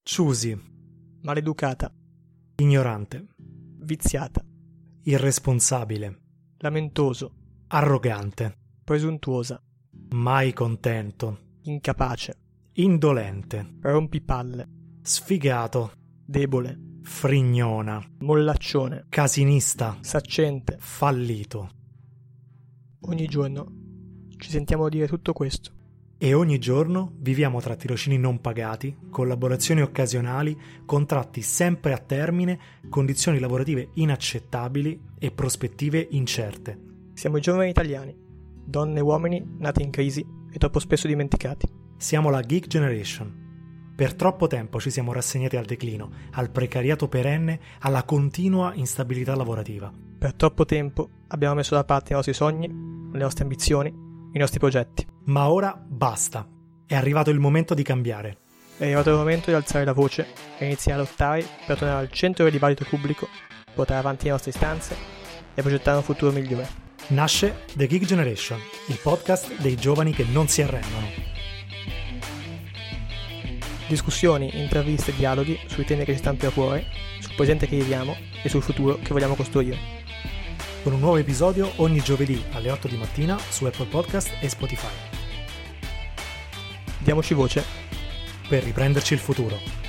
Choosy, maleducata, ignorante, viziata, irresponsabile, lamentoso, arrogante, presuntuosa, mai contento, incapace, indolente, rompipalle, sfigato, debole, frignona, mollaccione, casinista, saccente. fallito. Ogni giorno ci sentiamo dire tutto questo. E ogni giorno viviamo tra tirocini non pagati, collaborazioni occasionali, contratti sempre a termine, condizioni lavorative inaccettabili e prospettive incerte. Siamo i giovani italiani, donne e uomini nati in crisi e troppo spesso dimenticati. Siamo la Geek Generation. Per troppo tempo ci siamo rassegnati al declino, al precariato perenne, alla continua instabilità lavorativa. Per troppo tempo abbiamo messo da parte i nostri sogni, le nostre ambizioni, i nostri progetti. Ma ora basta. È arrivato il momento di cambiare. È arrivato il momento di alzare la voce e iniziare a lottare per tornare al centro del dibattito pubblico, portare avanti le nostre istanze e progettare un futuro migliore. Nasce The Geek Generation, il podcast dei giovani che non si arrendono. Discussioni, interviste e dialoghi sui temi che ci stanno più a cuore, sul presente che viviamo e sul futuro che vogliamo costruire. Con un nuovo episodio ogni giovedì alle 8 di mattina su Apple Podcast e Spotify. Diamoci voce Per riprenderci il futuro.